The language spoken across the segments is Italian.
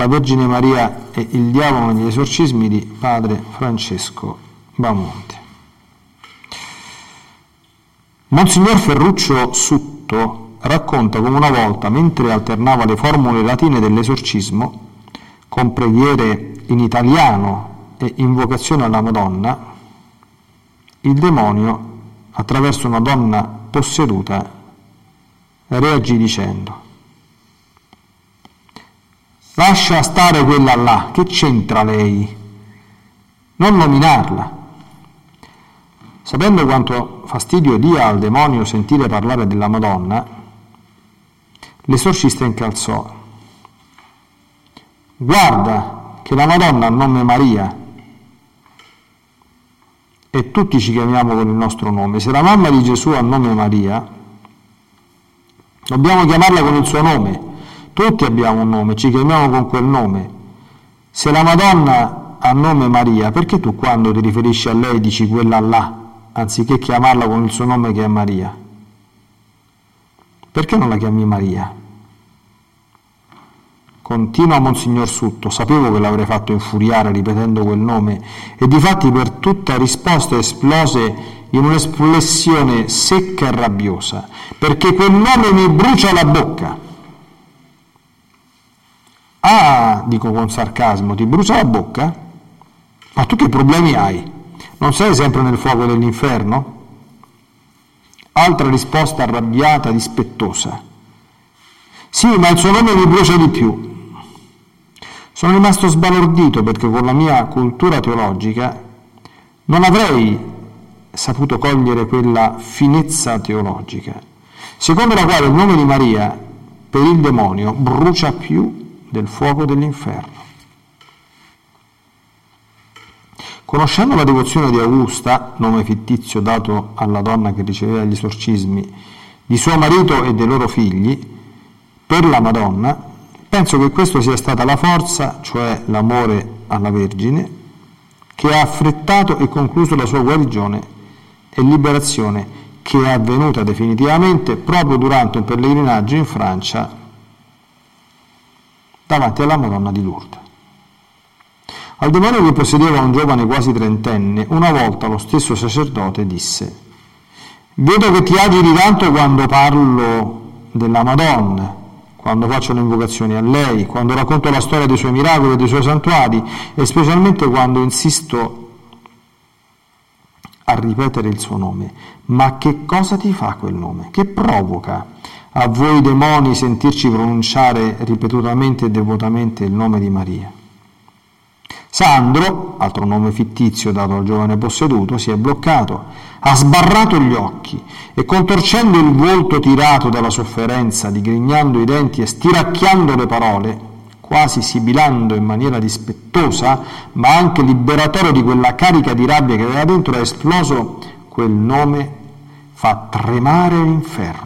la Vergine Maria e il diavolo negli esorcismi di padre Francesco Bamonte. Monsignor Ferruccio Sutto racconta come una volta, mentre alternava le formule latine dell'esorcismo con preghiere in italiano e invocazione alla Madonna, il demonio, attraverso una donna posseduta, reagì dicendo: lascia stare quella là, che c'entra lei? Non nominarla. Sapendo quanto fastidio dia al demonio sentire parlare della Madonna, l'esorcista incalzò: guarda che la Madonna ha nome Maria e tutti ci chiamiamo con il nostro nome. Se la mamma di Gesù ha nome Maria, dobbiamo chiamarla con il suo nome. Tutti abbiamo un nome, ci chiamiamo con quel nome. Se la Madonna ha nome Maria, perché tu quando ti riferisci a lei dici quella là, anziché chiamarla con il suo nome che è Maria? Perché non la chiami Maria? Continua Monsignor Sutto: sapevo che l'avrei fatto infuriare ripetendo quel nome, e difatti per tutta risposta esplose in un'esplosione secca e rabbiosa, perché quel nome mi brucia la bocca. Ah, dico con sarcasmo, ti brucia la bocca? Ma tu che problemi hai? Non sei sempre nel fuoco dell'inferno? Altra risposta arrabbiata, dispettosa: sì, ma il suo nome mi brucia di più. Sono rimasto sbalordito perché con la mia cultura teologica non avrei saputo cogliere quella finezza teologica, secondo la quale il nome di Maria per il demonio brucia più del fuoco dell'inferno. Conoscendo la devozione di Augusta, nome fittizio dato alla donna che riceveva gli esorcismi, di suo marito e dei loro figli, per la Madonna, penso che questo sia stata la forza, cioè l'amore alla Vergine, che ha affrettato e concluso la sua guarigione e liberazione, che è avvenuta definitivamente proprio durante un pellegrinaggio in Francia davanti alla Madonna di Lourdes. Al demonio che possedeva un giovane quasi trentenne, una volta lo stesso sacerdote disse: vedo che ti agiti tanto quando parlo della Madonna, quando faccio le invocazioni a lei, quando racconto la storia dei suoi miracoli e dei suoi santuari, e specialmente quando insisto a ripetere il suo nome. Ma che cosa ti fa quel nome? Che provoca a voi demoni sentirci pronunciare ripetutamente e devotamente il nome di Maria? Sandro, altro nome fittizio dato al giovane posseduto, si è bloccato, ha sbarrato gli occhi e, contorcendo il volto tirato dalla sofferenza, digrignando i denti e stiracchiando le parole, quasi sibilando in maniera dispettosa, ma anche liberatorio di quella carica di rabbia che aveva dentro, è esploso: quel nome fa tremare l'inferno.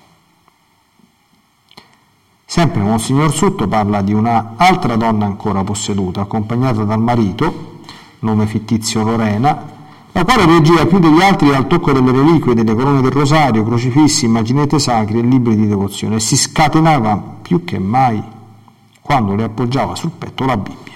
Sempre Monsignor Sutto parla di una altra donna ancora posseduta, accompagnata dal marito, nome fittizio Lorena, la quale reagiva più degli altri al tocco delle reliquie, delle corone del rosario, crocifissi, immaginette sacri e libri di devozione, e si scatenava più che mai quando le appoggiava sul petto la Bibbia.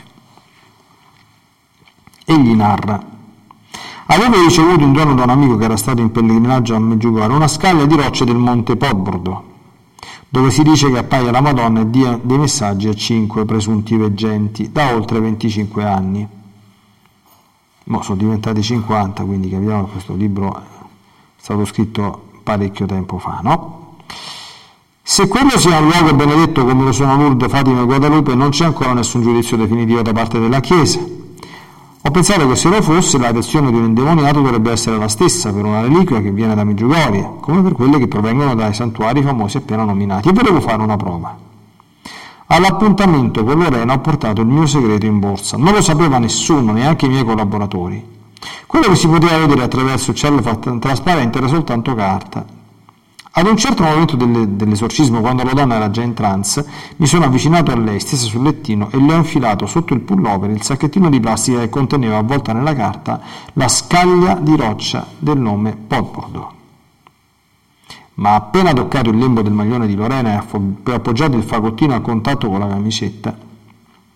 Egli narra: avevo ricevuto un giorno da un amico che era stato in pellegrinaggio a Meggiugorje una scaglia di rocce del Monte Podbordo, dove si dice che appaia la Madonna e dia dei messaggi a 5 presunti veggenti da oltre 25 anni. Sono diventati 50, quindi capiamo che questo libro è stato scritto parecchio tempo fa, no? Se quello sia un luogo benedetto come lo sono Lourdes, Fatima e Guadalupe, non c'è ancora nessun giudizio definitivo da parte della Chiesa. Ho pensato che se lo fosse, la reazione di un indemoniato dovrebbe essere la stessa per una reliquia che viene da Meggiugorje, come per quelle che provengono dai santuari famosi appena nominati, e volevo fare una prova. All'appuntamento con Lorena ho portato il mio segreto in borsa. Non lo sapeva nessuno, neanche i miei collaboratori. Quello che si poteva vedere attraverso il cellophane trasparente era soltanto carta. Ad un certo momento dell'esorcismo, quando la donna era già in trance, mi sono avvicinato a lei, stesa sul lettino, e le ho infilato sotto il pullover il sacchettino di plastica che conteneva, avvolta nella carta, la scaglia di roccia del nome Podbordo. Ma appena toccato il lembo del maglione di Lorena e appoggiato il fagottino a contatto con la camicetta,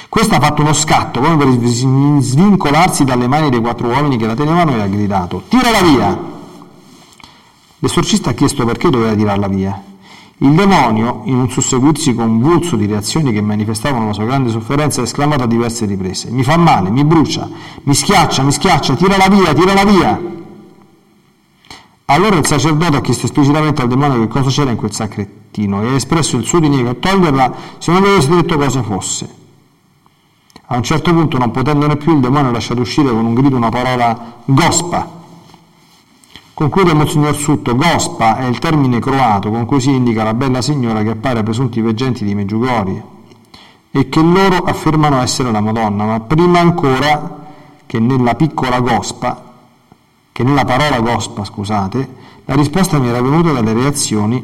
Questa ha fatto uno scatto, come per svincolarsi dalle mani dei 4 uomini che la tenevano, e ha gridato: tirala via! L'esorcista ha chiesto perché doveva tirarla via. Il demonio, in un susseguirsi convulso di reazioni che manifestavano la sua grande sofferenza, ha esclamato a diverse riprese: mi fa male, mi brucia, mi schiaccia, tirala via, tirala via! Allora il sacerdote ha chiesto esplicitamente al demonio che cosa c'era in quel sacchettino e ha espresso il suo diniego a toglierla se non avesse detto cosa fosse. A un certo punto, non potendone più, il demonio ha lasciato uscire con un grido una parola: Gospa. Conclude Monsignor Sutto: Gospa è il termine croato con cui si indica la bella signora che appare ai presunti veggenti di Meggiugorie e che loro affermano essere la Madonna, ma prima ancora che nella piccola Gospa, che nella parola Gospa, scusate, la risposta mi era venuta dalle reazioni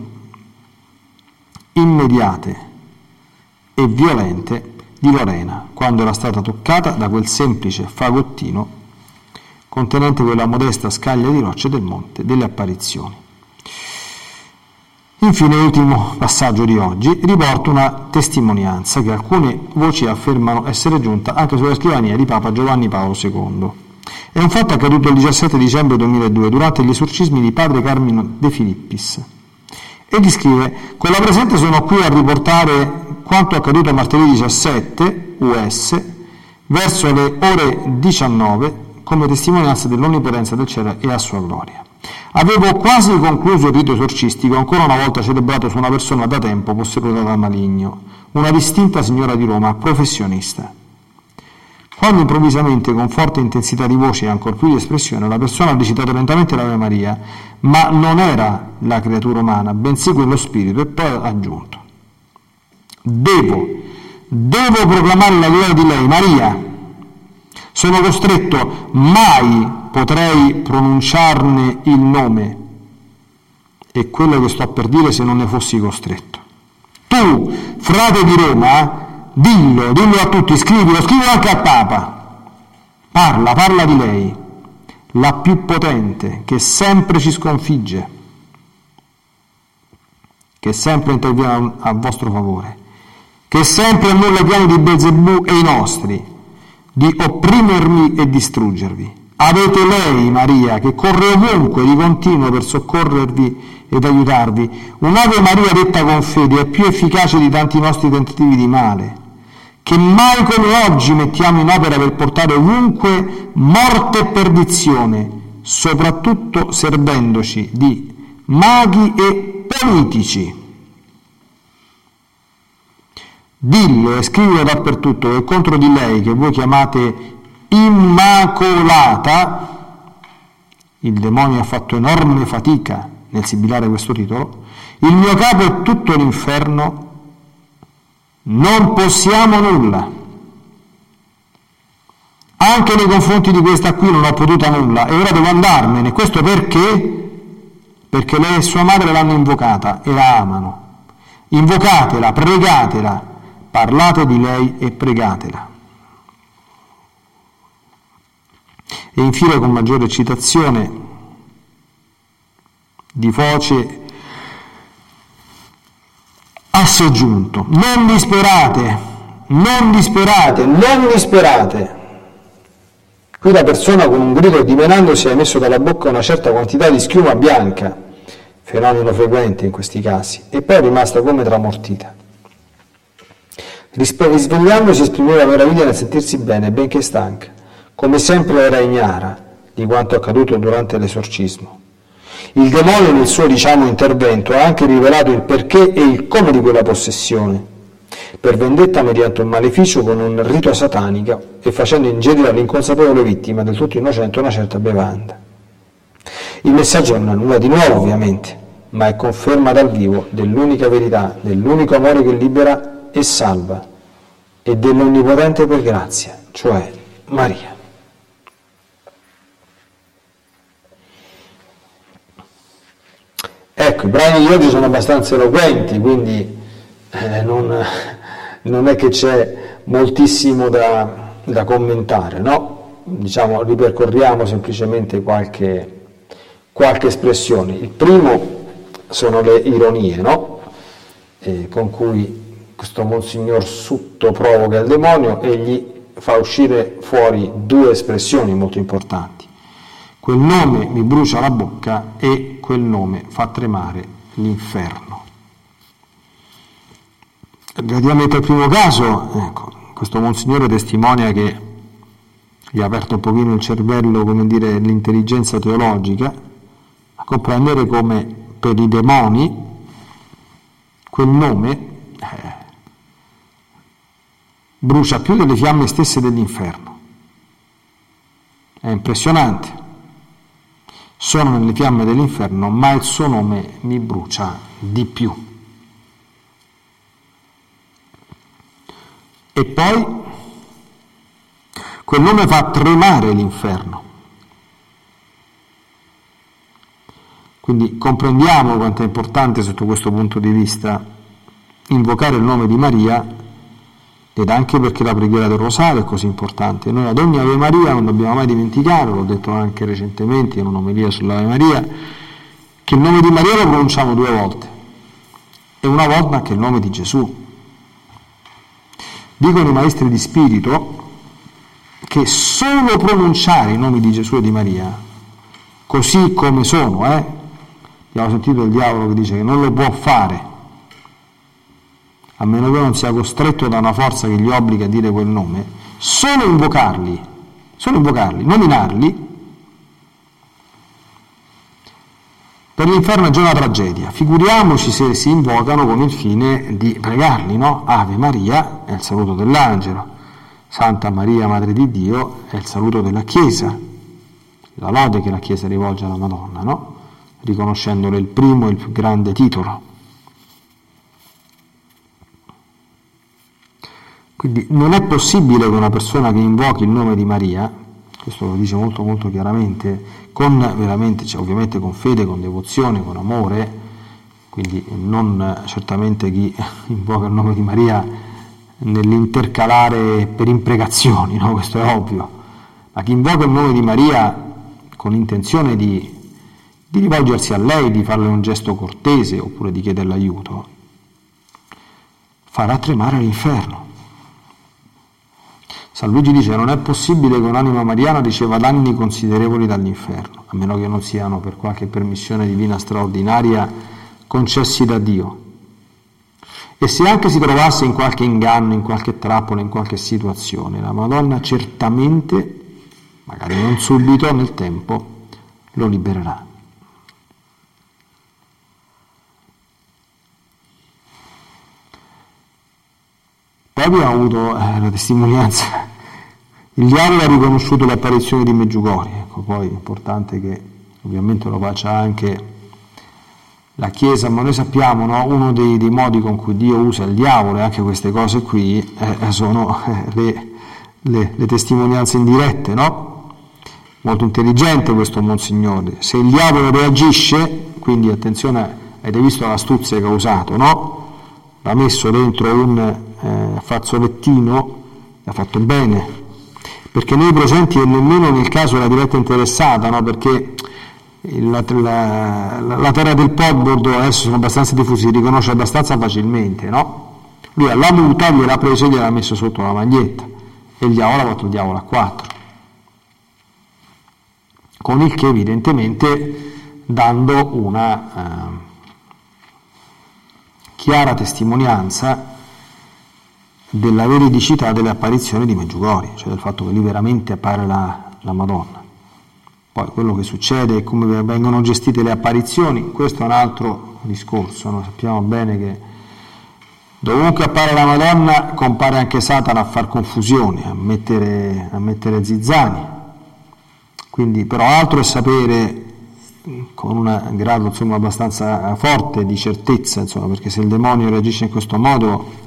immediate e violente di Lorena, quando era stata toccata da quel semplice fagottino contenente quella modesta scaglia di rocce del Monte delle Apparizioni. Infine, l'ultimo passaggio di oggi riporta una testimonianza che alcune voci affermano essere giunta anche sulla scrivania di Papa Giovanni Paolo II. È un fatto accaduto il 17 dicembre 2002 durante gli esorcismi di padre Carmine De Filippis. Egli scrive: con la presente sono qui a riportare quanto accaduto martedì 17 US verso le ore 19 come testimonianza dell'onnipotenza del cielo e a sua gloria. Avevo quasi concluso il rito esorcistico, ancora una volta celebrato su una persona da tempo posseduta dal maligno, una distinta signora di Roma, professionista. Quando improvvisamente, con forte intensità di voce e ancor più di espressione, la persona ha recitato lentamente l'Ave Maria, ma non era la creatura umana, bensì quello spirito, e poi ha aggiunto: devo proclamare la gloria di lei, Maria. Sono costretto, mai potrei pronunciarne il nome. È quello che sto per dire se non ne fossi costretto. Tu, frate di Roma, dillo a tutti, scrivilo anche al Papa. Parla di lei, la più potente, che sempre ci sconfigge, che sempre interviene a vostro favore, che sempre annulla i piani di Belzebù e i nostri, di opprimermi e distruggervi. Avete lei, Maria, che corre ovunque di continuo per soccorrervi ed aiutarvi. Un'Ave Maria detta con fede è più efficace di tanti nostri tentativi di male, che mai come oggi mettiamo in opera per portare ovunque morte e perdizione, soprattutto servendoci di maghi e politici. Dillo e scrivilo dappertutto che contro di lei, che voi chiamate Immacolata, il demonio ha fatto enorme fatica nel sibilare questo titolo, il mio capo e tutto l'inferno, non possiamo nulla. Anche nei confronti di questa qui non ho potuto nulla e ora devo andarmene. Questo perché? Perché lei e sua madre l'hanno invocata e la amano. Invocatela, pregatela, parlate di lei e pregatela. E infine, con maggiore citazione di voce, ha soggiunto: non disperate. Qui la persona, con un grido dimenandosi, ha emesso dalla bocca una certa quantità di schiuma bianca, fenomeno frequente in questi casi, e poi è rimasta come tramortita. Risvegliandosi esprimeva meraviglia nel sentirsi bene, benché stanca. Come sempre era ignara di quanto accaduto durante l'esorcismo. Il demonio nel suo, intervento ha anche rivelato il perché e il come di quella possessione, per vendetta mediante un maleficio con un rito satanico e facendo ingerire all'inconsapevole vittima del tutto innocente una certa bevanda. Il messaggio non ha nulla di nuovo, ovviamente, ma è conferma dal vivo dell'unica verità, dell'unico amore che libera e salva, e dell'Onnipotente per grazia, cioè Maria. Ecco, i brani di oggi sono abbastanza eloquenti, quindi non è che c'è moltissimo da commentare, no? Ripercorriamo semplicemente qualche espressione. Il primo sono le ironie, no? Con cui questo Monsignor Sutto provoca il demonio e gli fa uscire fuori due espressioni molto importanti. Quel nome mi brucia la bocca e quel nome fa tremare l'inferno. Relativamente al primo caso, ecco, questo Monsignore testimonia che gli ha aperto un pochino il cervello, come dire, l'intelligenza teologica, a comprendere come per i demoni quel nome brucia più delle fiamme stesse dell'inferno. È impressionante. Sono nelle fiamme dell'inferno, ma il suo nome mi brucia di più. E poi quel nome fa tremare l'inferno. Quindi comprendiamo quanto è importante sotto questo punto di vista invocare il nome di Maria, ed anche perché la preghiera del Rosario è così importante. Noi ad ogni Ave Maria non dobbiamo mai dimenticare, l'ho detto anche recentemente in un'omelia sull'Ave Maria, che il nome di Maria lo pronunciamo 2 volte e una volta anche il nome di Gesù. Dicono i maestri di spirito che solo pronunciare i nomi di Gesù e di Maria, così come sono, abbiamo sentito il diavolo che dice che non lo può fare, a meno che non sia costretto da una forza che gli obbliga a dire quel nome, solo invocarli, nominarli, per l'inferno è già una tragedia. Figuriamoci se si invocano con il fine di pregarli, no? Ave Maria è il saluto dell'angelo, Santa Maria Madre di Dio è il saluto della Chiesa, la lode che la Chiesa rivolge alla Madonna, no? Riconoscendole il primo e il più grande titolo. Quindi non è possibile che una persona che invochi il nome di Maria, questo lo dice molto molto chiaramente, con veramente, cioè ovviamente con fede, con devozione, con amore, quindi non certamente chi invoca il nome di Maria nell'intercalare per imprecazioni, no? Questo è ovvio, ma chi invoca il nome di Maria con l'intenzione di rivolgersi a lei, di farle un gesto cortese oppure di chiederle aiuto, farà tremare l'inferno. San Luigi dice: non è possibile che un'anima mariana riceva danni considerevoli dall'inferno, a meno che non siano per qualche permissione divina straordinaria concessi da Dio. E se anche si trovasse in qualche inganno, in qualche trappola, in qualche situazione, la Madonna certamente, magari non subito, nel tempo, lo libererà. Poi abbiamo avuto la testimonianza, il diavolo ha riconosciuto l'apparizione di Medjugorje, ecco, poi è importante che ovviamente lo faccia anche la Chiesa, ma noi sappiamo, no, uno dei modi con cui Dio usa il diavolo, e anche queste cose qui sono le testimonianze indirette, no? Molto intelligente questo Monsignore. Se il diavolo reagisce, quindi attenzione, avete visto l'astuzia che ha usato, no? L'ha messo dentro un fazzolettino, l'ha fatto bene, perché noi presenti e nemmeno nel caso la diretta interessata, no? Perché la terra del Podbordo adesso sono abbastanza diffusi, si riconosce abbastanza facilmente, no? Lui alla muta gliel'ha preso e gliel'ha messo sotto la maglietta e il diavolo ha fatto il diavolo a 4, con il che evidentemente dando una chiara testimonianza della veridicità delle apparizioni di Medjugorje, cioè del fatto che lì veramente appare la Madonna. Poi quello che succede e come vengono gestite le apparizioni, questo è un altro discorso, no? Sappiamo bene che dovunque appare la Madonna compare anche Satana a far confusione, a mettere zizzani. Quindi però altro è sapere con un grado insomma abbastanza forte di certezza, insomma, perché se il demonio reagisce in questo modo,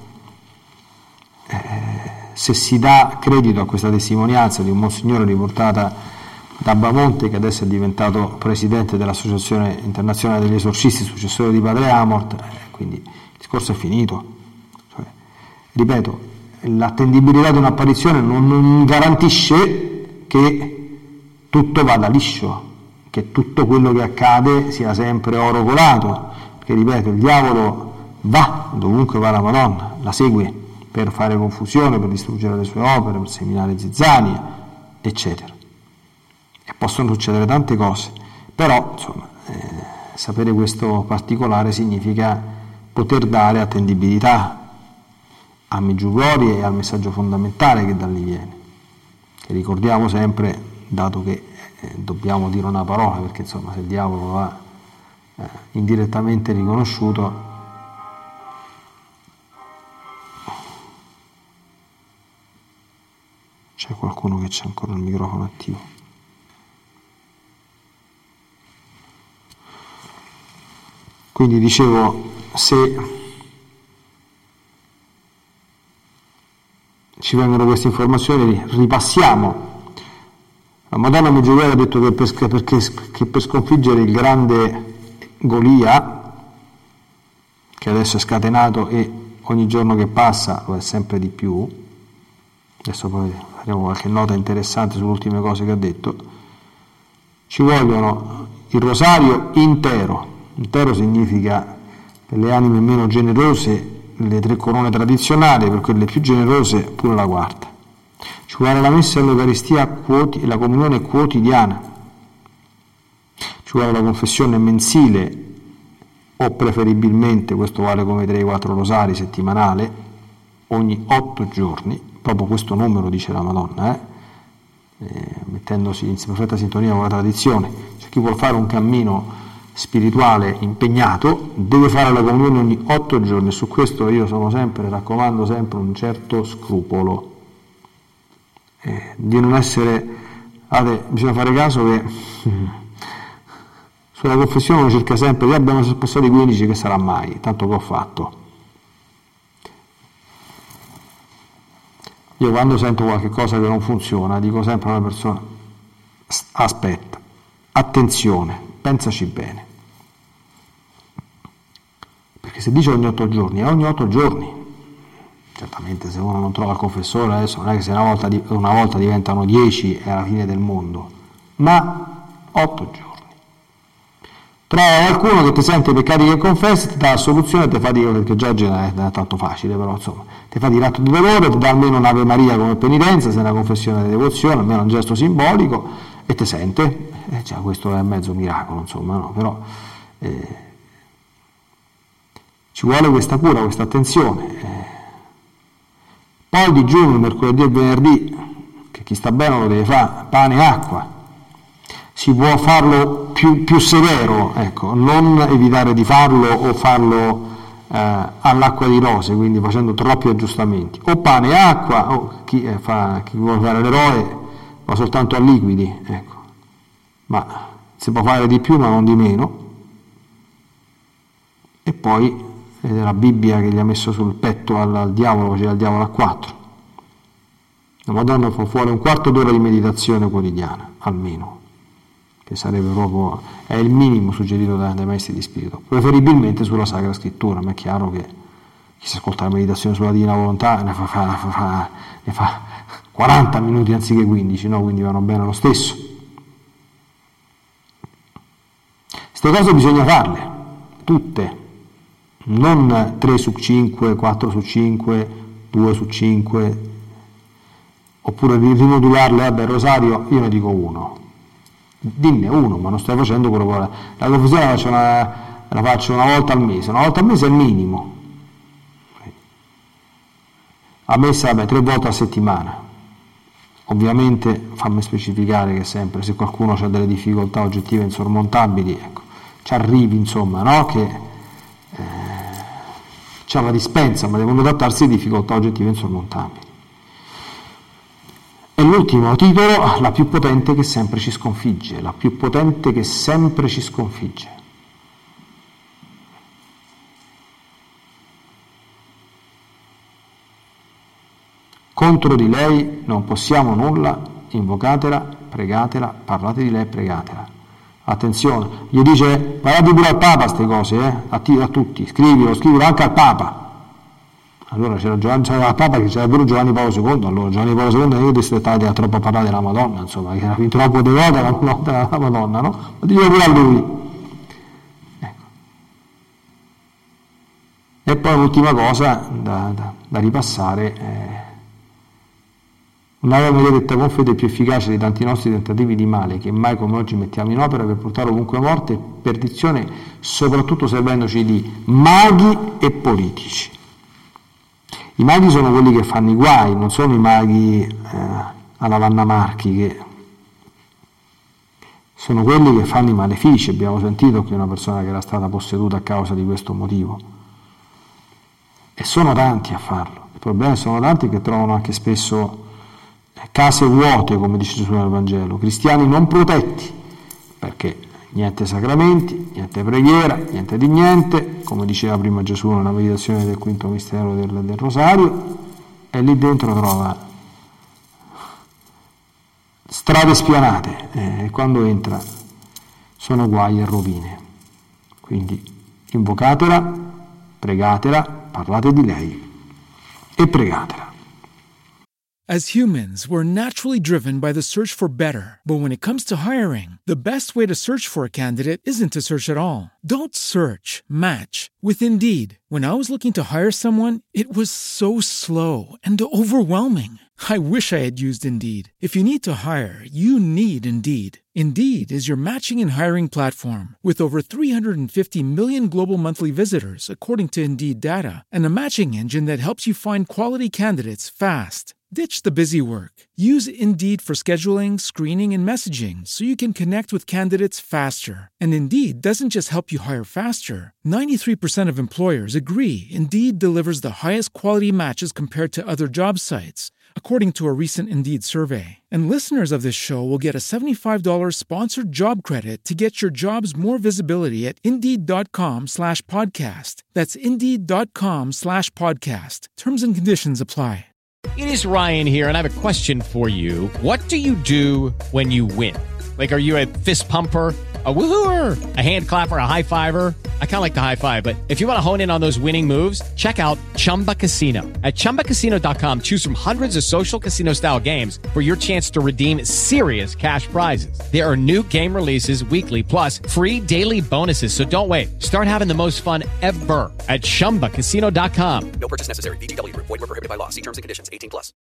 se si dà credito a questa testimonianza di un Monsignore riportata da Bamonte, che adesso è diventato presidente dell'Associazione Internazionale degli Esorcisti, successore di Padre Amort, quindi il discorso è finito. Cioè, ripeto, l'attendibilità di un'apparizione non garantisce che tutto vada liscio, che tutto quello che accade sia sempre oro colato, perché ripeto, il diavolo va dovunque va la Madonna, la segue per fare confusione, per distruggere le sue opere, per seminare zizzania, eccetera. E possono succedere tante cose, però insomma, sapere questo particolare significa poter dare attendibilità a Meggiugori e al messaggio fondamentale che da lì viene, che ricordiamo sempre, dato che dobbiamo dire una parola, perché insomma se il diavolo va indirettamente riconosciuto, c'è qualcuno che c'ha ancora il microfono attivo. Quindi dicevo, se ci vengono queste informazioni, ripassiamo. La Madonna Medjugorje ha detto che per sconfiggere il grande Golia, che adesso è scatenato e ogni giorno che passa lo è sempre di più, adesso poi faremo qualche nota interessante sulle ultime cose che ha detto, ci vogliono il rosario intero significa per le anime meno generose le 3 corone tradizionali, per quelle più generose pure la quarta. Ci vuole la messa e l'Eucaristia e la comunione quotidiana, ci vuole la confessione mensile o preferibilmente, questo vale come 3-4 rosari settimanale, ogni 8 giorni, proprio questo numero dice la Madonna, mettendosi in perfetta sintonia con la tradizione. C'è chi vuol fare un cammino spirituale impegnato, deve fare la comunione ogni 8 giorni. Su questo io raccomando sempre un certo scrupolo, di non essere, bisogna fare caso che sulla confessione uno cerca sempre, abbiamo spostati 15, che sarà mai, tanto che ho fatto. Io quando sento qualche cosa che non funziona dico sempre a una persona: aspetta, attenzione, pensaci bene, perché se dice ogni 8 giorni è ogni 8 giorni. Certamente se uno non trova il confessore, adesso non è che se una volta diventano 10 è la fine del mondo, ma 8 giorni. Trova qualcuno che ti sente i peccati che confessi, ti dà la soluzione e ti fa dire, perché già è tanto facile, però insomma, ti fa dire atto di dolore, ti dà almeno un'Ave Maria come penitenza, se è una confessione di devozione, almeno un gesto simbolico, e ti sente, già questo è mezzo miracolo, insomma, no? Però ci vuole questa cura, questa attenzione. Poi il digiuno, mercoledì e venerdì, che chi sta bene lo deve fare, pane e acqua. Si può farlo più severo, ecco, non evitare di farlo o farlo all'acqua di rose, quindi facendo troppi aggiustamenti. O pane e acqua, o chi vuole fare l'eroe va soltanto a liquidi, ecco. Ma si può fare di più ma non di meno. E poi la Bibbia che gli ha messo sul petto al diavolo, faceva il diavolo a 4. La Madonna fa fuori un quarto d'ora di meditazione quotidiana, almeno, che sarebbe proprio, è il minimo suggerito dai maestri di spirito, preferibilmente sulla Sacra Scrittura, ma è chiaro che chi si ascolta la meditazione sulla Divina Volontà ne fa 40 minuti anziché 15, no? Quindi vanno bene lo stesso. Queste cose bisogna farle, tutte. Non 3 su 5, 4 su 5, 2 su 5, oppure rimodularle, vabbè, rosario, io ne dico 1. Dinne 1, ma non stai facendo quello che... La confessione la faccio una volta al mese è il minimo. A messa, vabbè, 3 volte a settimana. Ovviamente fammi specificare che sempre, se qualcuno ha delle difficoltà oggettive insormontabili, ecco, ci arrivi, insomma, no? Che c'è una dispensa, ma devono adattarsi a difficoltà oggettive insormontabili. E l'ultimo titolo, la più potente che sempre ci sconfigge, la più potente che sempre ci sconfigge. Contro di lei non possiamo nulla, invocatela, pregatela, parlate di lei e pregatela. Attenzione, gli dice, parlate pure al Papa queste cose, a tutti, scrivilo anche al Papa. Allora c'era il Papa, che c'era pure Giovanni Paolo II, allora Giovanni Paolo II non è che stava troppo a parlare della Madonna, insomma, che era fin troppo devota della Madonna, no? Ma dico pure a lui. Ecco. E poi l'ultima cosa da ripassare, un'arma maledetta con fede più efficace di tanti nostri tentativi di male che mai come oggi mettiamo in opera per portare ovunque morte e perdizione, soprattutto servendoci di maghi e politici. I maghi sono quelli che fanno i guai, non sono i maghi alla Vanna Marchi, che sono quelli che fanno i malefici. Abbiamo sentito che una persona che era stata posseduta a causa di questo motivo. E sono tanti a farlo. Il problema è che sono tanti che trovano anche spesso case vuote, come dice Gesù nel Vangelo, cristiani non protetti, perché niente sacramenti, niente preghiera, niente di niente, come diceva prima Gesù nella meditazione del quinto mistero del Rosario, e lì dentro trova strade spianate, e quando entra sono guai e rovine. Quindi invocatela, pregatela, parlate di lei e pregatela. As humans, we're naturally driven by the search for better. But when it comes to hiring, the best way to search for a candidate isn't to search at all. Don't search, match with Indeed. When I was looking to hire someone, it was so slow and overwhelming. I wish I had used Indeed. If you need to hire, you need Indeed. Indeed is your matching and hiring platform with over 350 million global monthly visitors, according to Indeed data, and a matching engine that helps you find quality candidates fast. Ditch the busy work. Use Indeed for scheduling, screening, and messaging so you can connect with candidates faster. And Indeed doesn't just help you hire faster. 93% of employers agree Indeed delivers the highest quality matches compared to other job sites, according to a recent Indeed survey. And listeners of this show will get a $75 sponsored job credit to get your jobs more visibility at Indeed.com/podcast. That's Indeed.com/podcast. Terms and conditions apply. It is Ryan here, and I have a question for you. What do you do when you win? Like, are you a fist pumper, a woohooer, a hand clapper, a high fiver? I kind of like the high five, but if you want to hone in on those winning moves, check out Chumba Casino. At ChumbaCasino.com, choose from hundreds of social casino-style games for your chance to redeem serious cash prizes. There are new game releases weekly, plus free daily bonuses, so don't wait. Start having the most fun ever at ChumbaCasino.com. No purchase necessary. VGW Group. Void where prohibited by law. See terms and conditions. 18+.